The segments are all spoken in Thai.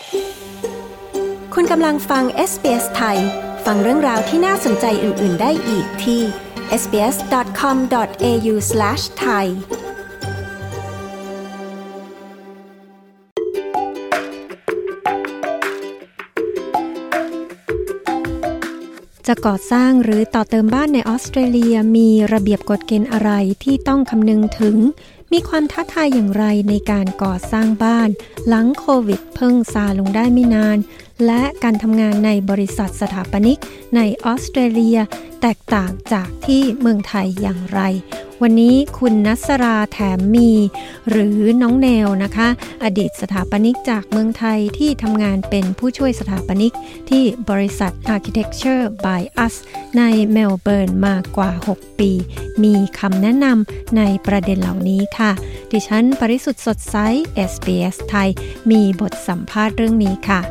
คุณกำลังฟัง SBS ไทยฟังเรื่องราวที่น่าสนใจอื่นๆได้อีกที่ sbs.com.au/thaiจะก่อสร้างหรือต่อเติมบ้านในออสเตรเลียมีระเบียบกฎเกณฑ์อะไรที่ต้องคำนึงถึงมีความท้าทายอย่างไรในการก่อสร้างบ้านหลังโควิดเพิ่งซาลงได้ไม่นานและการทำงานในบริษัทสถาปนิกในออสเตรเลียแตกต่างจากที่เมืองไทยอย่างไรวันนี้คุณนัสราแถมมีหรือน้องแนวนะคะอดีตสถาปนิกจากเมืองไทยที่ทำงานเป็นผู้ช่วยสถาปนิกที่บริษัท Architecture by Us ในเมลเบิร์นมากว่า6ปีมีคำแนะนำในประเด็นเหล่านี้ค่ะดิฉันปริสุทธิ์สดใส SBS ไทยมีบทสัมภาษณ์เรื่องนี้ค่ะ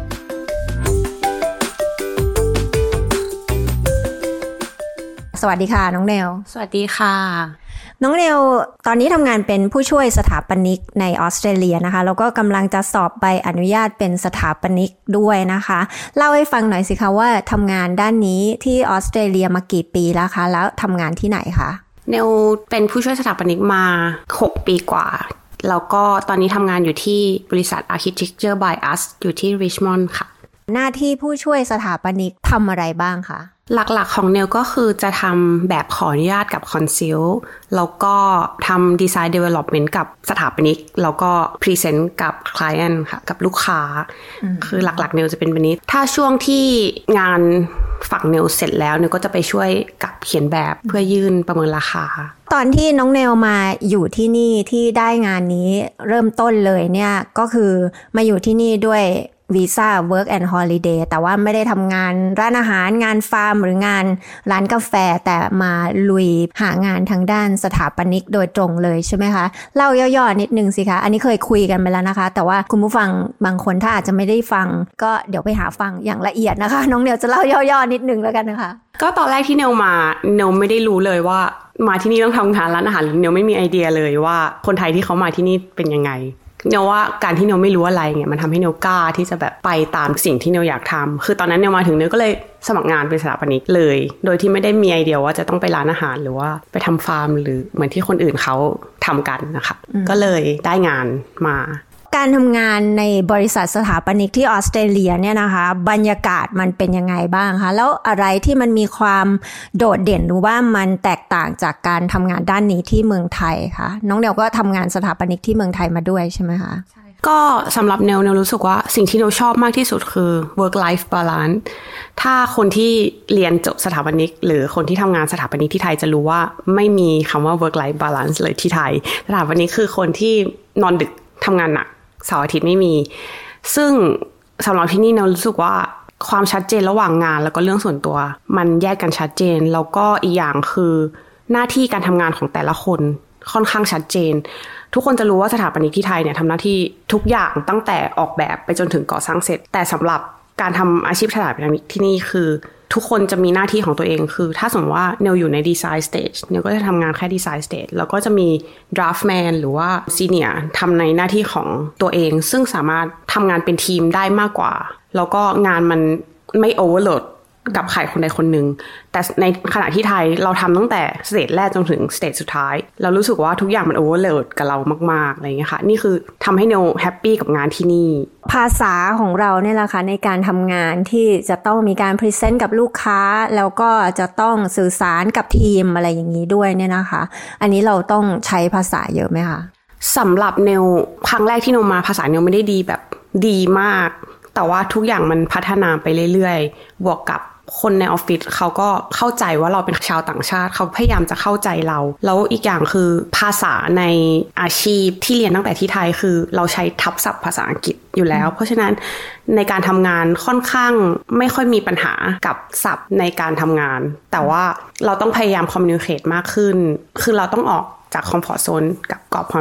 สวัสดีค่ะน้องแนวสวัสดีค่ะน้องแนวตอนนี้ทำงานเป็นผู้ช่วยสถาปนิกในออสเตรเลียนะคะแล้วก็กำลังจะสอบใบอนุญาตเป็นสถาปนิกด้วยนะคะเล่าให้ฟังหน่อยสิคะว่าทำงานด้านนี้ที่ออสเตรเลียมากี่ปีแล้วคะแล้วทำงานที่ไหนคะแนวเป็นผู้ช่วยสถาปนิกมา6ปีกว่าแล้วก็ตอนนี้ทำงานอยู่ที่บริษัท Architecture by Us อยู่ที่ Richmond ค่ะหน้าที่ผู้ช่วยสถาปนิกทำอะไรบ้างคะหลักๆของเนลก็คือจะทำแบบขออนุญาตกับคอนซิลแล้วก็ทำดีไซน์เดเวล็อปเมนต์กับสถาปนิกแล้วก็พรีเซนต์กับคไลเอนต์ค่ะกับลูกค้าคือหลักๆเนลจะเป็นแบบนี้ถ้าช่วงที่งานฝั่งเนลเสร็จแล้วเนลก็จะไปช่วยกับเขียนแบบเพื่อยื่นประเมินราคาตอนที่น้องเนลมาอยู่ที่นี่ที่ได้งานนี้เริ่มต้นเลยเนี่ยก็คือมาอยู่ที่นี่ด้วยวีซ่า Work and Holiday แต่ว่าไม่ได้ทำงานร้านอาหารงานฟาร์มหรืองานร้านกาแฟแต่มาลุยหางานทางด้านสถาปนิกโดยตรงเลยใช่ไหมคะเล่าย่อๆนิดนึงสิคะอันนี้เคยคุยกันไปแล้วนะคะแต่ว่าคุณผู้ฟังบางคนถ้าอาจจะไม่ได้ฟังก็เดี๋ยวไปหาฟังอย่างละเอียดนะคะน้องเนลจะเล่าย่อๆนิดนึงแล้วกันนะคะก็ตอนแรกที่เนลมาเนลไม่ได้รู้เลยว่ามาที่นี่ต้องทำงานร้านอาหารเนลไม่มีไอเดียเลยว่าคนไทยที่เขามาที่นี่เป็นยังไงเนลว่าการที่เนลไม่รู้อะไรเนี่ยมันทำให้เนลกล้าที่จะแบบไปตามสิ่งที่เนลอยากทำคือตอนนั้นเนลมาถึงเนลก็เลยสมัครงานเป็นสถาปนิกเลยโดยที่ไม่ได้มีไอเดียว่าจะต้องไปร้านอาหารหรือว่าไปทำฟาร์มหรือเหมือนที่คนอื่นเขาทำกันนะคะก็เลยได้งานมาการทำงานในบริษัทสถาปนิกที่ออสเตรเลียเนี่ยนะคะบรรยากาศมันเป็นยังไงบ้างคะแล้วอะไรที่มันมีความโดดเด่นหรือว่ามันแตกต่างจากการทำงานด้านนี้ที่เมืองไทยคะน้องเนลก็ทำงานสถาปนิกที่เมืองไทยมาด้วยใช่ไหมคะก็สำหรับเนลรู้สึกว่าสิ่งที่เนลชอบมากที่สุดคือ work life balance ถ้าคนที่เรียนจบสถาปนิกหรือคนที่ทำงานสถาปนิกที่ไทยจะรู้ว่าไม่มีคำว่า work life balance เลยที่ไทยสถาปนิกคือคนที่นอนดึกทำงานหนักเสาร์อาทิตย์ไม่มีซึ่งสำหรับที่นี่เนลรู้สึกว่าความชัดเจนระหว่างงานแล้วก็เรื่องส่วนตัวมันแยกกันชัดเจนแล้วก็อีกอย่างคือหน้าที่การทำงานของแต่ละคนค่อนข้างชัดเจนทุกคนจะรู้ว่าสถาปนิกที่ไทยเนี่ยทำหน้าที่ทุกอย่างตั้งแต่ออกแบบไปจนถึงก่อสร้างเสร็จแต่สำหรับการทำอาชีพสถาปนิกที่นี่คือทุกคนจะมีหน้าที่ของตัวเองคือถ้าสมมติว่าเนลอยู่ในดีไซน์สเตจเนลก็จะทำงานแค่ดีไซน์สเตจแล้วก็จะมีดราฟต์แมนหรือว่าซีเนียร์ทำในหน้าที่ของตัวเองซึ่งสามารถทำงานเป็นทีมได้มากกว่าแล้วก็งานมันไม่โอเวอร์โหลดกับใครคนใดคนหนึ่งแต่ในขณะที่ไทยเราทำตั้งแต่สเตจแรกจนถึงสเตจสุดท้ายเรารู้สึกว่าทุกอย่างมันโอเวอร์โหลดกับเรามากๆอะไรอย่างเงี้ยค่ะนี่คือทำให้เนลแฮปปี้กับงานที่นี่ภาษาของเราเนี่ยแหละค่ะในการทำงานที่จะต้องมีการพรีเซนต์กับลูกค้าแล้วก็จะต้องสื่อสารกับทีมอะไรอย่างนี้ด้วยเนี่ยนะคะอันนี้เราต้องใช้ภาษาเยอะไหมคะสำหรับเนลครั้งแรกที่เนลมาภาษาเนลไม่ได้ดีแบบดีมากแต่ว่าทุกอย่างมันพัฒนาไปเรื่อยๆบวกกับคนในออฟฟิศเขาก็เข้าใจว่าเราเป็นชาวต่างชาติเขาพยายามจะเข้าใจเราแล้วอีกอย่างคือภาษาในอาชีพที่เรียนตั้งแต่ที่ไทยคือเราใช้ทับศัพท์ภาษาอังกฤษอยู่แล้วเพราะฉะนั้นในการทำงานค่อนข้างไม่ค่อยมีปัญหากับศัพท์ในการทำงานแต่ว่าเราต้องพยายามคอมมิวนิเคตมากขึ้นคือเราต้องออกจากคอมฟอร์ตโซนกับกรอบความคิด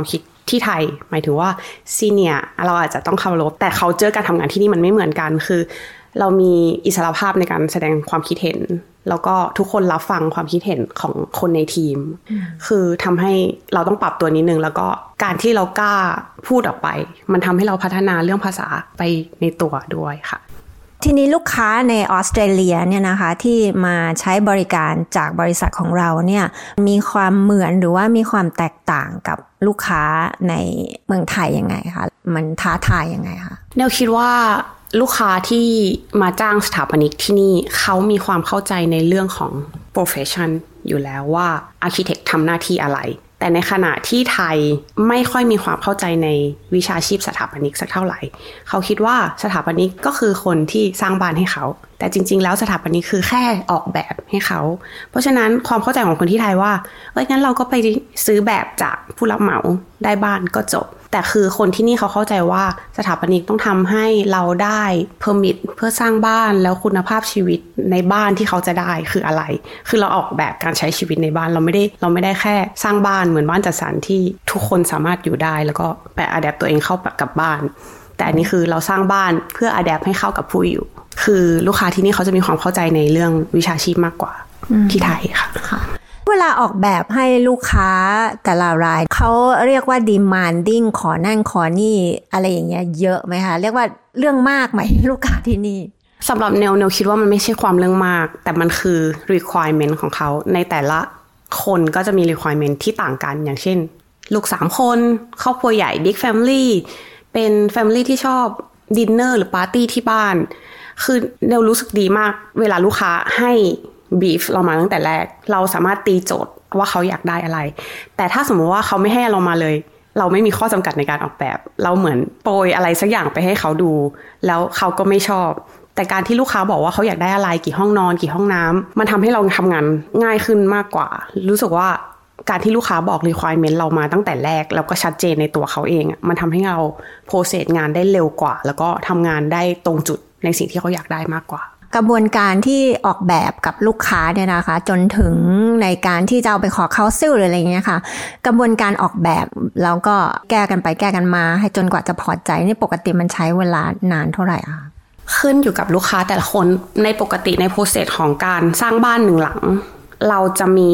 ที่ไทยหมายถึงว่าซีเนียร์เราอาจจะต้องเคารพแต่เขาเจอการทำงานที่นี่มันไม่เหมือนกันคือเรามีอิสรภาพในการแสดงความคิดเห็นแล้วก็ทุกคนรับฟังความคิดเห็นของคนในทีมคือทำให้เราต้องปรับตัวนิดนึงแล้วก็การที่เรากล้าพูดออกไปมันทำให้เราพัฒนาเรื่องภาษาไปในตัวด้วยค่ะทีนี้ลูกค้าในออสเตรเลียเนี่ยนะคะที่มาใช้บริการจากบริษัทของเราเนี่ยมีความเหมือนหรือว่ามีความแตกต่างกับลูกค้าในเมืองไทยยังไงคะมันท้าทายยังไงคะแนวคิดว่าลูกค้าที่มาจ้างสถาปนิกที่นี่เขามีความเข้าใจในเรื่องของ profession อยู่แล้วว่า architect ทำหน้าที่อะไรแต่ในขณะที่ไทยไม่ค่อยมีความเข้าใจในวิชาชีพสถาปนิกสักเท่าไหร่เขาคิดว่าสถาปนิกก็คือคนที่สร้างบ้านให้เขาแต่จริงๆแล้วสถาปนิกคือแค่ออกแบบให้เขาเพราะฉะนั้นความเข้าใจของคนที่ไทยว่างั้นเราก็ไปซื้อแบบจากผู้รับเหมาได้บ้านก็จบแต่คือคนที่นี่เขาเข้าใจว่าสถาปนิกต้องทำให้เราได้เพอร์มิทเพื่อสร้างบ้านแล้วคุณภาพชีวิตในบ้านที่เขาจะได้คืออะไรคือเราออกแบบการใช้ชีวิตในบ้านเราไม่ได้แค่สร้างบ้านเหมือนบ้านจัดสรรที่ทุกคนสามารถอยู่ได้แล้วก็ไปอะแดปตัวเองเข้ากับบ้านแต่อันนี้คือเราสร้างบ้านเพื่ออะแดปให้เข้ากับผู้อยู่คือลูกค้าที่นี่เขาจะมีความเข้าใจในเรื่องวิชาชีพมากกว่าที่ไทยค่ะเวลาออกแบบให้ลูกค้าแต่ละรายเขาเรียกว่า demanding ขอนั่นขอนี่อะไรอย่างเงี้ยเยอะไหมคะเรียกว่าเรื่องมากไหมลูกค้าที่นี่สำหรับแนวคิดว่ามันไม่ใช่ความเรื่องมากแต่มันคือ requirement ของเขาในแต่ละคนก็จะมี requirement ที่ต่างกันอย่างเช่นลูก3คนครอบครัวใหญ่ big family เป็น family ที่ชอบ dinner หรือ party ที่บ้านคือเรารู้สึกดีมากเวลาลูกค้าให้บีฟเรามาตั้งแต่แรกเราสามารถตีโจทย์ว่าเขาอยากได้อะไรแต่ถ้าสมมติว่าเขาไม่ให้เรามาเลยเราไม่มีข้อจำกัดในการออกแบบเราเหมือนโปรยอะไรสักอย่างไปให้เขาดูแล้วเขาก็ไม่ชอบแต่การที่ลูกค้าบอกว่าเขาอยากได้อะไรกี่ห้องนอนกี่ห้องน้ำมันทำให้เราทำงานง่ายขึ้นมากกว่ารู้สึกว่าการที่ลูกค้าบอก requirement เรามาตั้งแต่แรกแล้วก็ชัดเจนในตัวเขาเองมันทำให้เราโปรเซสงานได้เร็วกว่าแล้วก็ทำงานได้ตรงจุดในสิ่งที่เขาอยากได้มากกว่ากระบวนการที่ออกแบบกับลูกค้าเนี่ยนะคะจนถึงในการที่จะเอาไปขอเคาน์ซิลหรืออะไรเงี้ยค่ะกระบวนการออกแบบแล้วก็แก้กันไปแก้กันมาให้จนกว่าจะพอใจนี่ปกติมันใช้เวลานานเท่าไหร่คะขึ้นอยู่กับลูกค้าแต่ละคนในปกติในโปรเซสของการสร้างบ้านหนึ่งหลังเราจะมี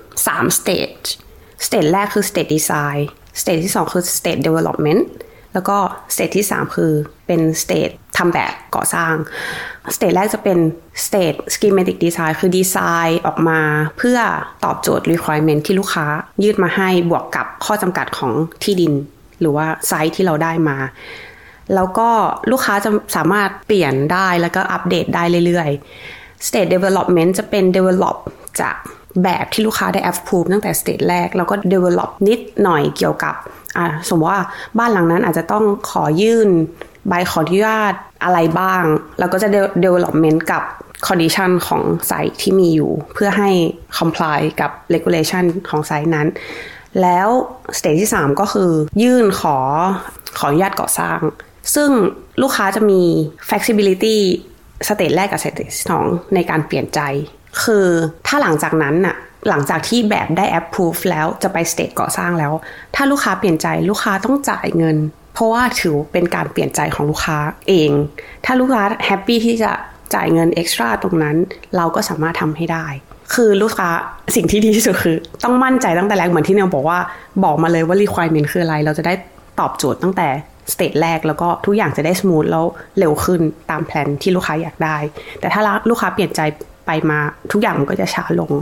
3 stage แรกคือ stage design stage ที่2คือ stage development แล้วก็สเตจที่3คือเป็นสเตจทำแบบก่อสร้างสเตจแรกจะเป็นสเตจ schematic design คือดีไซน์ออกมาเพื่อตอบโจทย์ requirement ที่ลูกค้ายื่นมาให้บวกกับข้อจำกัดของที่ดินหรือว่าไซต์ที่เราได้มาแล้วก็ลูกค้าจะสามารถเปลี่ยนได้แล้วก็อัปเดตได้เรื่อยๆ stage development จะเป็น develop จากแบบที่ลูกค้าได้ approve ตั้งแต่สเตจแรกแล้วก็ develop นิดหน่อยเกี่ยวกับสมมติว่าบ้านหลังนั้นอาจจะต้องขอยื่นใบขออนุญาตอะไรบ้างแล้วก็จะ development กับ condition ของไซต์ที่มีอยู่เพื่อให้ comply กับ regulation ของไซต์นั้นแล้วสเตจที่3ก็คือยื่นขออนุญาตก่อสร้างซึ่งลูกค้าจะมี flexibility สเตจแรกกับสเตจที่2ในการเปลี่ยนใจคือถ้าหลังจากนั้นน่ะหลังจากที่แบบได้ approve แล้วจะไปสเตจก่อสร้างแล้วถ้าลูกค้าเปลี่ยนใจลูกค้าต้องจ่ายเงินเพราะว่าถือเป็นการเปลี่ยนใจของลูกค้าเองถ้าลูกค้าแฮปปี้ที่จะจ่ายเงิน extra ตรงนั้นเราก็สามารถทำให้ได้คือลูกค้าสิ่งที่ดีที่สุดคือต้องมั่นใจตั้งแต่แรกเหมือนที่เนยบอกว่าบอกมาเลยว่า requirement คืออะไรเราจะได้ตอบโจทย์ตั้งแต่สเตจแรกแล้วก็ทุกอย่างจะได้ smooth แล้วเร็วขึ้นตามแพลนที่ลูกค้าอยากได้แต่ถ้าลูกค้าเปลี่ยนใจไปมาทุกอย่างมันก็จะช้าลง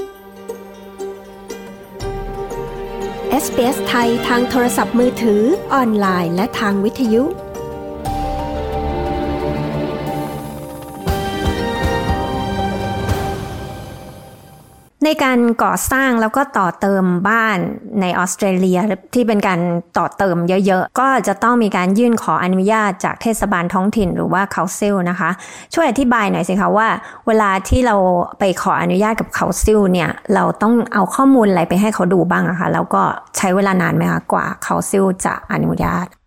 SBS ไทยทางโทรศัพท์มือถือออนไลน์และทางวิทยุในการก่อสร้างแล้วก็ต่อเติมบ้านในออสเตรเลียที่เป็นการต่อเติมเยอะๆก็จะต้องมีการยื่นขออนุญาตจากเทศบาลท้องถิ่นหรือว่า Council นะคะช่วยอธิบายหน่อยสิคะว่าเวลาที่เราไปขออนุญาตกับ Council เนี่ยเราต้องเอาข้อมูลอะไรไปให้เขาดูบ้างอะคะแล้วก็ใช้เวลานานไหมคะกว่า Council จะอนุญาต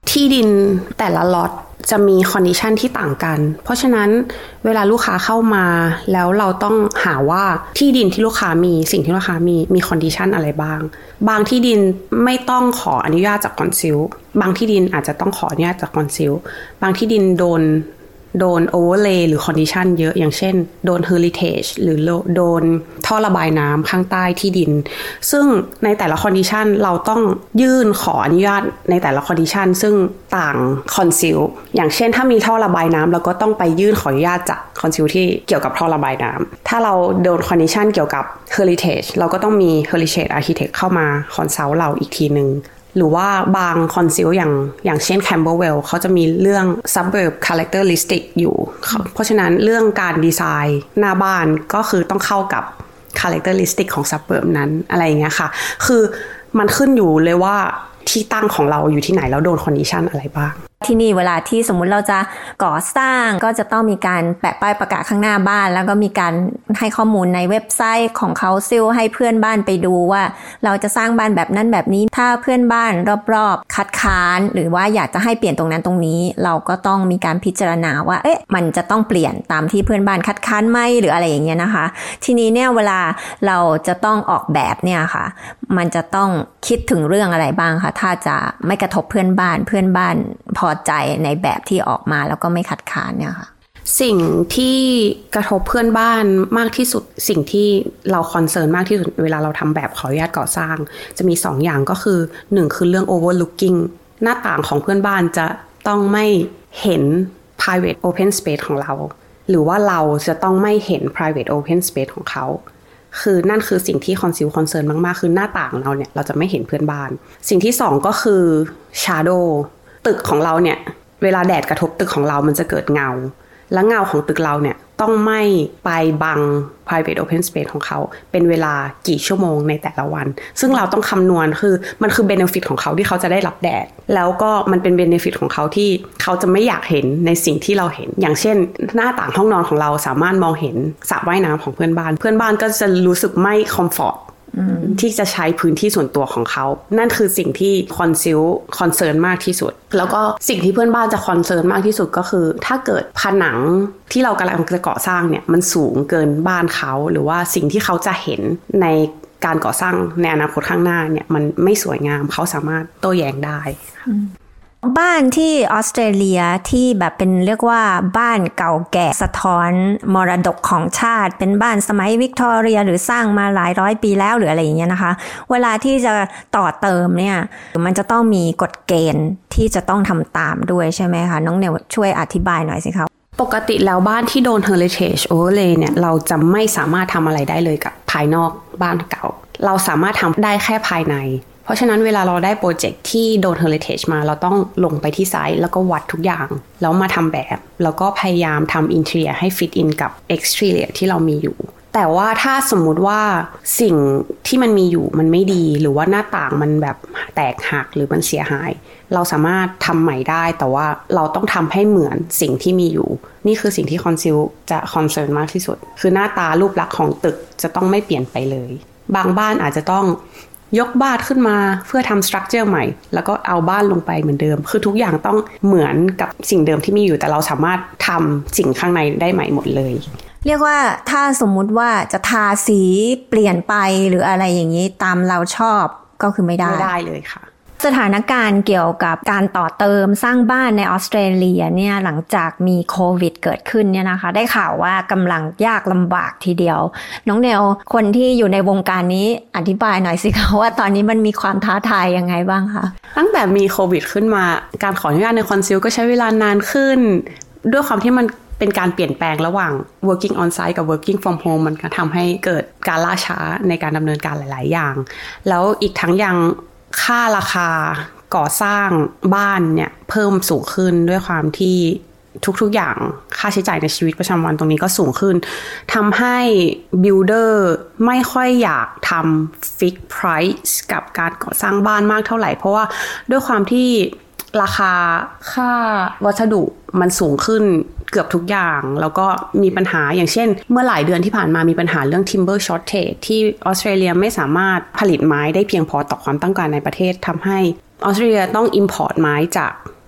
ที่ดินแต่ละล็อตจะมีคอนดิชันที่ต่างกันเพราะฉะนั้นเวลาลูกค้าเข้ามาแล้วเราต้องหาว่าที่ดินที่ลูกค้ามีสิ่งที่ลูกค้ามีคอนดิชันอะไรบ้างบางที่ดินไม่ต้องขออนุญาตจากคอนซิลบางที่ดินอาจจะต้องขออนุญาตจากคอนซิลบางที่ดินโดนโอเวอร์เลย์หรือคอนดิชันเยอะอย่างเช่นโดนเฮอริเทจหรือโดนท่อระบายน้ำข้างใต้ที่ดินซึ่งในแต่ละคอนดิชันเราต้องยื่นขออนุญาตในแต่ละคอนดิชันซึ่งต่างคอนซิลอย่างเช่นถ้ามีท่อระบายน้ำเราก็ต้องไปยื่นขออนุญาตจากคอนซิลที่เกี่ยวกับท่อระบายน้ำถ้าเราโดนคอนดิชันเกี่ยวกับเฮอริเทจเราก็ต้องมีเฮอริเทจอาร์คิเทคเข้ามาคอนซัลท์เราอีกทีนึงหรือว่าบางคอนซิลอย่างเช่น Camberwell เขาจะมีเรื่อง Suburb Characteristic อยู่เพราะฉะนั้นเรื่องการดีไซน์หน้าบ้านก็คือต้องเข้ากับ Characteristic ของ Suburb นั้นอะไรอย่างเงี้ยค่ะคือมันขึ้นอยู่เลยว่าที่ตั้งของเราอยู่ที่ไหนแล้วโดนคอนดิชันอะไรบ้างที่นี่เวลาที่สมมุติเราจะก่อสร้างก็จะต้องมีการแปะป้ายประกาศข้างหน้าบ้านแล้วก็มีการให้ข้อมูลในเว็บไซต์ของเขาซิลให้เพื่อนบ้านไปดูว่าเราจะสร้างบ้านแบบนั้นแบบนี้ถ้าเพื่อนบ้านรอบๆคัดค้านหรือว่าอยากจะให้เปลี่ยนตรงนั้นตรงนี้เราก็ต้องมีการพิจารณาว่ามันจะต้องเปลี่ยนตามที่เพื่อนบ้านคัดค้านไหมหรืออะไรอย่างเงี้ยนะคะทีนี้เนี่ยเวลาเราจะต้องออกแบบเนี่ยค่ะมันจะต้องคิดถึงเรื่องอะไรบ้างคะถ้าจะไม่กระทบเพื่อนบ้านพอใจในแบบที่ออกมาแล้วก็ไม่ขัดขานเนี่ยค่ะสิ่งที่กระทบเพื่อนบ้านมากที่สุดสิ่งที่เราคอนเซิร์นมากที่สุดเวลาเราทำแบบขออนุญาตก่อสร้างจะมี2 อย่างก็คือ1คือเรื่อง overlooking หน้าต่างของเพื่อนบ้านจะต้องไม่เห็น private open space ของเราหรือว่าเราจะต้องไม่เห็น private open space ของเขาคือนั่นคือสิ่งที่คอนเซิร์นมากๆคือหน้าต่างเราเนี่ยเราจะไม่เห็นเพื่อนบ้านสิ่งที่2ก็คือ shadow ตึกของเราเนี่ยเวลาแดดกระทบตึกของเรามันจะเกิดเงาและเงาของตึกเราเนี่ยต้องไม่ไปบัง private open space ของเขาเป็นเวลากี่ชั่วโมงในแต่ละวันซึ่งเราต้องคำนวณคือมันคือ benefit ของเขาที่เขาจะได้รับแดดแล้วก็มันเป็น benefit ของเขาที่เขาจะไม่อยากเห็นในสิ่งที่เราเห็นอย่างเช่นหน้าต่างห้องนอนของเราสามารถมองเห็นสระว่ายน้ำของเพื่อนบ้านก็จะรู้สึกไม่ comfortที่จะใช้พื้นที่ส่วนตัวของเขานั่นคือสิ่งที่คอนเซิร์นมากที่สุดแล้วก็สิ่งที่เพื่อนบ้านจะคอนเซิร์นมากที่สุดก็คือถ้าเกิดผนังที่เรากำลังจะก่อสร้างเนี่ยมันสูงเกินบ้านเขาหรือว่าสิ่งที่เขาจะเห็นในการก่อสร้างในอนาคตข้างหน้าเนี่ยมันไม่สวยงามเขาสามารถโต้แย้งได้บ้านที่ออสเตรเลียที่แบบเป็นเรียกว่าบ้านเก่าแก่สะท้อนมรดกของชาติเป็นบ้านสมัยวิกตอเรียหรือสร้างมาหลายร้อยปีแล้วหรืออะไรอย่างเงี้ยนะคะเวลาที่จะต่อเติมเนี่ยมันจะต้องมีกฎเกณฑ์ที่จะต้องทำตามด้วยใช่ไหมคะน้องเนวช่วยอธิบายหน่อยสิคะปกติแล้วบ้านที่โดน heritage overlay เนี่ยเราจะไม่สามารถทำอะไรได้เลยกับภายนอกบ้านเก่าเราสามารถทำได้แค่ภายในเพราะฉะนั้นเวลาเราได้โปรเจกต์ที่โดน heritage มาเราต้องลงไปที่ไซต์แล้วก็วัดทุกอย่างแล้วมาทำแบบแล้วก็พยายามทำ interior ให้ fit in กับ exterior ที่เรามีอยู่แต่ว่าถ้าสมมุติว่าสิ่งที่มันมีอยู่มันไม่ดีหรือว่าหน้าต่างมันแบบแตกหักหรือมันเสียหายเราสามารถทำใหม่ได้แต่ว่าเราต้องทำให้เหมือนสิ่งที่มีอยู่นี่คือสิ่งที่คอนซิลจะคอนเซิร์นมากที่สุดคือหน้าตารูปลักษณ์ของตึกจะต้องไม่เปลี่ยนไปเลยบางบ้านอาจจะต้องยกบ้านขึ้นมาเพื่อทำสตรัคเจอร์ใหม่แล้วก็เอาบ้านลงไปเหมือนเดิมคือทุกอย่างต้องเหมือนกับสิ่งเดิมที่มีอยู่แต่เราสามารถทำสิ่งข้างในได้ใหม่หมดเลยเรียกว่าถ้าสมมุติว่าจะทาสีเปลี่ยนไปหรืออะไรอย่างนี้ตามเราชอบก็คือไม่ได้เลยค่ะสถานการณ์เกี่ยวกับการต่อเติมสร้างบ้านในออสเตรเลียเนี่ยหลังจากมีโควิดเกิดขึ้นเนี่ยนะคะได้ข่าวว่ากำลังยากลำบากทีเดียวน้องเนวคนที่อยู่ในวงการนี้อธิบายหน่อยสิคะว่าตอนนี้มันมีความท้าทายยังไงบ้างคะตั้งแต่มีโควิดขึ้นมาการขออนุญาตในคอนซิลก็ใช้เวลานานขึ้นด้วยความที่มันเป็นการเปลี่ยนแปลงระหว่าง working on site กับ working from home มันก็ทำให้เกิดการล่าช้าในการดำเนินการหลายๆอย่างแล้วอีกทั้งยังค่าราคาก่อสร้างบ้านเนี่ยเพิ่มสูงขึ้นด้วยความที่ทุกๆอย่างค่าใช้จ่ายในชีวิตประจำวันตรงนี้ก็สูงขึ้นทำให้ builder ไม่ค่อยอยากทำ fix price กับการก่อสร้างบ้านมากเท่าไหร่เพราะว่าด้วยความที่ราคาค่าวัสดุมันสูงขึ้นเกือบทุกอย่างแล้วก็มีปัญหาอย่างเช่นเมื่อหลายเดือนที่ผ่านมามีปัญหาเรื่อง timber shortage ที่ออสเตรเลียไม่สามารถผลิตไม้ได้เพียงพอต่อความต้องการในประเทศทำให้ออสเตรเลียต้อง import ไม้จาก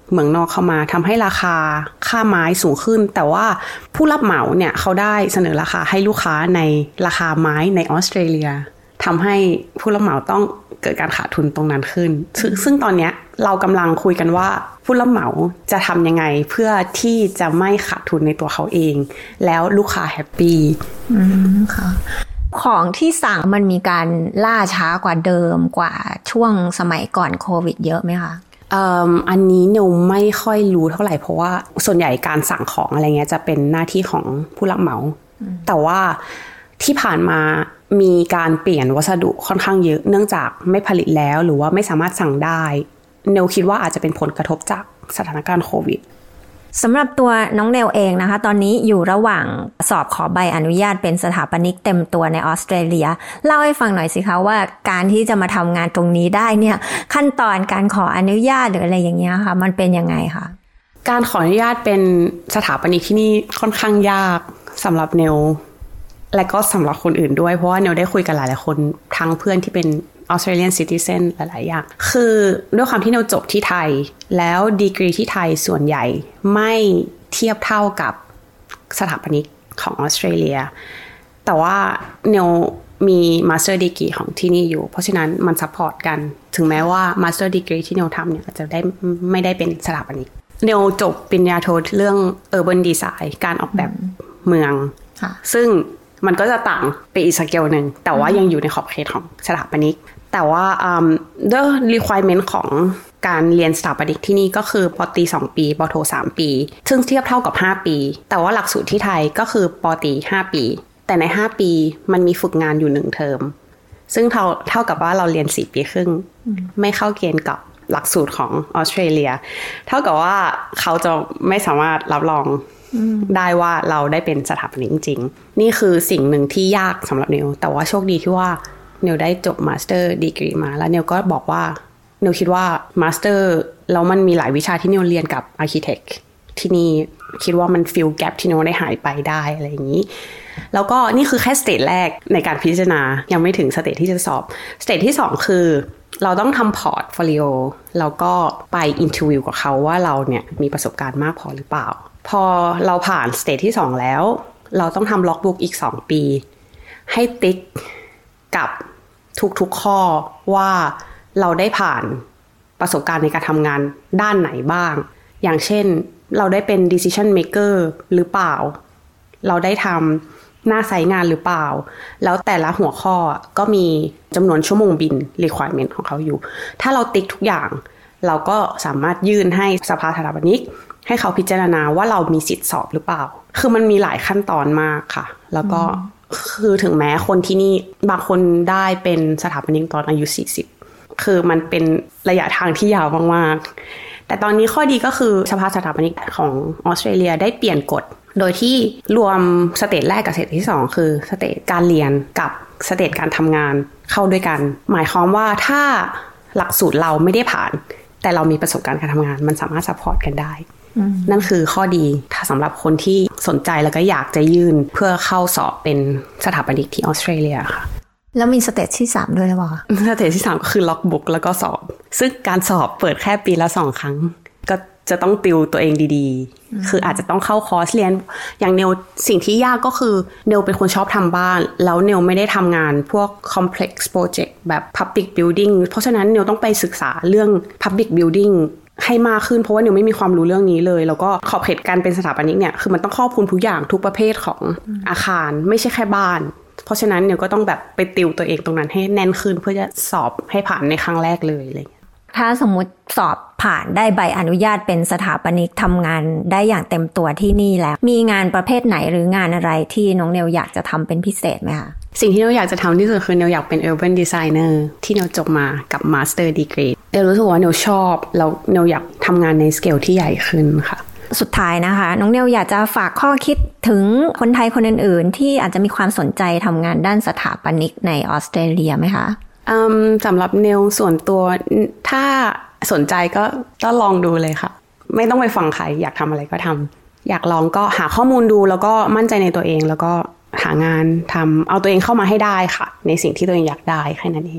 เมืองนอกเข้ามาทำให้ราคาค่าไม้สูงขึ้นแต่ว่าผู้รับเหมาเนี่ยเขาได้เสนอราคาให้ลูกค้าในราคาไม้ในออสเตรเลียทำให้ผู้รับเหมาต้องเกิดการขาดทุนตรงนั้นขึ้นซึ่งตอนนี้เรากำลังคุยกันว่าผู้รับเหมาจะทำยังไงเพื่อที่จะไม่ขาดทุนในตัวเขาเองแล้วลูกค้าแฮปปี้ค่ะของที่สั่งมันมีการล่าช้ากว่าเดิมกว่าช่วงสมัยก่อนโควิดเยอะไหมคะอันนี้นิวไม่ค่อยรู้เท่าไหร่เพราะว่าส่วนใหญ่การสั่งของอะไรเงี้ยจะเป็นหน้าที่ของผู้รับเหมาแต่ว่าที่ผ่านมามีการเปลี่ยนวัสดุค่อนข้างเยอะเนื่องจากไม่ผลิตแล้วหรือว่าไม่สามารถสั่งได้นิวคิดว่าอาจจะเป็นผลกระทบจากสถานการณ์โควิดสำหรับตัวน้องเนลเองนะคะตอนนี้อยู่ระหว่างสอบขอใบอนุญาตเป็นสถาปนิกเต็มตัวในออสเตรเลียเล่าให้ฟังหน่อยสิคะว่าการที่จะมาทำงานตรงนี้ได้เนี่ยขั้นตอนการขออนุญาตหรืออะไรอย่างเงี้ยค่ะมันเป็นยังไงคะการขออนุญาตเป็นสถาปนิกที่นี่ค่อนข้างยากสำหรับเนลและก็สำหรับคนอื่นด้วยเพราะว่าเนลได้คุยกับหลายๆคนทั้งเพื่อนที่เป็นAustralian citizen หลายๆอย่างคือด้วยความที่เนลจบที่ไทยแล้วดีกรีที่ไทยส่วนใหญ่ไม่เทียบเท่ากับสถาปนิกของออสเตรเลียแต่ว่าเนลมีมาสเตอร์ดีกรีของที่นี่อยู่เพราะฉะนั้นมันซัพพอร์ตกันถึงแม้ว่ามาสเตอร์ดีกรีที่เนลทำเนี่ยอาจจะไม่ได้เป็นสถาปนิกเนลจบปริญญาโทเรื่อง Urban Design การออกแบบเมืองซึ่งมันก็จะต่างไปอีกสเกลหนึ่งแต่ว่ายังอยู่ในขอบเขตของสถาปนิกแต่ว่าด้วย requirement ของการเรียนสถาปนิกที่นี่ก็คือปตรี2 ปีปโท3 ปีซึ่งเทียบเท่ากับ5 ปีแต่ว่าหลักสูตรที่ไทยก็คือปตรี5 ปีแต่ใน5 ปีมันมีฝึกงานอยู่1 เทอมซึ่งเท่ากับว่าเราเรียน4 ปีครึ่งไม่เข้าเกณฑ์กับหลักสูตรของออสเตรเลียเท่ากับว่าเขาจะไม่สามารถรับรองได้ว่าเราได้เป็นสถาปนิกจริงๆนี่คือสิ่งหนึ่งที่ยากสำหรับนิวแต่ว่าโชคดีที่ว่านิวได้จบมาสเตอร์ดีกรีมาแล้วนิวก็บอกว่านิวคิดว่ามาสเตอร์แล้วมันมีหลายวิชาที่นิวเรียนกับอาร์คิเทคที่นี่คิดว่ามันฟิลแกปที่นิวได้หายไปได้อะไรอย่างนี้แล้วก็นี่คือแค่สเตจแรกในการพิจารณายังไม่ถึงสเตจที่จะสอบสเตจที่2คือเราต้องทำพอร์ตโฟลิโอแล้วก็ไปอินเทอร์วิวกับเขาว่าเราเนี่ยมีประสบการณ์มากพอหรือเปล่าพอเราผ่านสเตจที่2แล้วเราต้องทำล็อกบุ๊กอีก2 ปีให้ติ๊กกับทุกๆข้อว่าเราได้ผ่านประสบการณ์ในการทำงานด้านไหนบ้างอย่างเช่นเราได้เป็น decision maker หรือเปล่าเราได้ทำหน้าไซต์งานหรือเปล่าแล้วแต่ละหัวข้อก็มีจำนวนชั่วโมงบิน requirement ของเขาอยู่ถ้าเราติ๊กทุกอย่างเราก็สามารถยื่นให้สภาสถาปนิกให้เขาพิจารณาว่าเรามีสิทธิสอบหรือเปล่าคือมันมีหลายขั้นตอนมากค่ะแล้วก็คือถึงแม้คนที่นี่บางคนได้เป็นสถาปนิกตอนอายุ40คือมันเป็นระยะทางที่ยาวมากๆแต่ตอนนี้ข้อดีก็คือสภาสถาปนิกของออสเตรเลียได้เปลี่ยนกฎโดยที่รวมสเตจแรกกับสเตจที่2คือสเตจการเรียนกับสเตจการทำงานเข้าด้วยกันหมายความว่าถ้าหลักสูตรเราไม่ได้ผ่านแต่เรามีประสบการณ์การทำงานมันสามารถซัพพอร์ตกันได้นั่นคือข้อดีถ้าสำหรับคนที่สนใจแล้วก็อยากจะยื่นเพื่อเข้าสอบเป็นสถาปนิกที่ออสเตรเลียค่ะแล้วมีสเตจที่3ด้วยหรือเปล่าสเตจที่3ก็คือล็อกบุ๊กแล้วก็สอบซึ่งการสอบเปิดแค่ปีละ2 ครั้งก็จะต้องติวตัวเองดีๆคืออาจจะต้องเข้าคอร์สเรียนอย่างเนลสิ่งที่ยากก็คือเนลเป็นคนชอบทำบ้านแล้วเนลไม่ได้ทำงานพวก complex project แบบ public building เพราะฉะนั้นเนลต้องไปศึกษาเรื่อง public buildingให้มากขึ้นเพราะว่านิวไม่มีความรู้เรื่องนี้เลยแล้วก็ขอบเขตการเป็นสถาปนิกเนี่ยคือมันต้องครอบคลุมทุกอย่างทุกประเภทของอาคารไม่ใช่แค่บ้านเพราะฉะนั้นนิวก็ต้องแบบไปติวตัวเองตรงนั้นให้แน่นขึ้นเพื่อจะสอบให้ผ่านในครั้งแรกเลยอะไรอย่างเงี้ยถ้าสมมุติสอบผ่านได้ใบอนุญาตเป็นสถาปนิกทำงานได้อย่างเต็มตัวที่นี่แล้วมีงานประเภทไหนหรืองานอะไรที่น้องเนลอยากจะทำเป็นพิเศษไหมคะสิ่งที่เนลอยากจะทำที่สุดคือเนลอยากเป็น urban designer ที่เนลจบมากับ master degree เนลรู้สึกว่าเนลชอบแล้วเนลอยากทำงานในสเกลที่ใหญ่ขึ้นค่ะสุดท้ายนะคะน้องเนลอยากจะฝากข้อคิดถึงคนไทยคนอื่นๆที่อาจจะมีความสนใจทำงานด้านสถาปนิกในออสเตรเลียไหมคะสำหรับเนลส่วนตัวถ้าสนใจก็ลองดูเลยค่ะไม่ต้องไปฟังใครอยากทำอะไรก็ทำอยากลองก็หาข้อมูลดูแล้วก็มั่นใจในตัวเองแล้วก็หางานทำเอาตัวเองเข้ามาให้ได้ค่ะในสิ่งที่ตัวเองอยากได้แค่นั้นเอง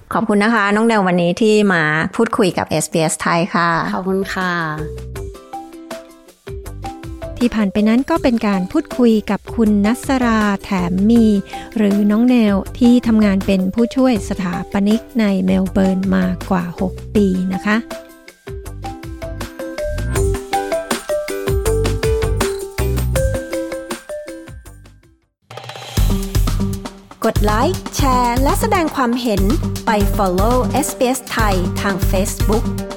ขอบคุณนะคะน้องแนววันนี้ที่มาพูดคุยกับ SBS ไทยค่ะขอบคุณค่ะที่ผ่านไปนั้นก็เป็นการพูดคุยกับคุณนัสราแถมมีหรือน้องแนวที่ทำงานเป็นผู้ช่วยสถาปนิกในเมลเบิร์นมากว่า6 ปีนะคะกดไลค์แชร์และแสดงความเห็นไป follow SBS ไทยทาง Facebook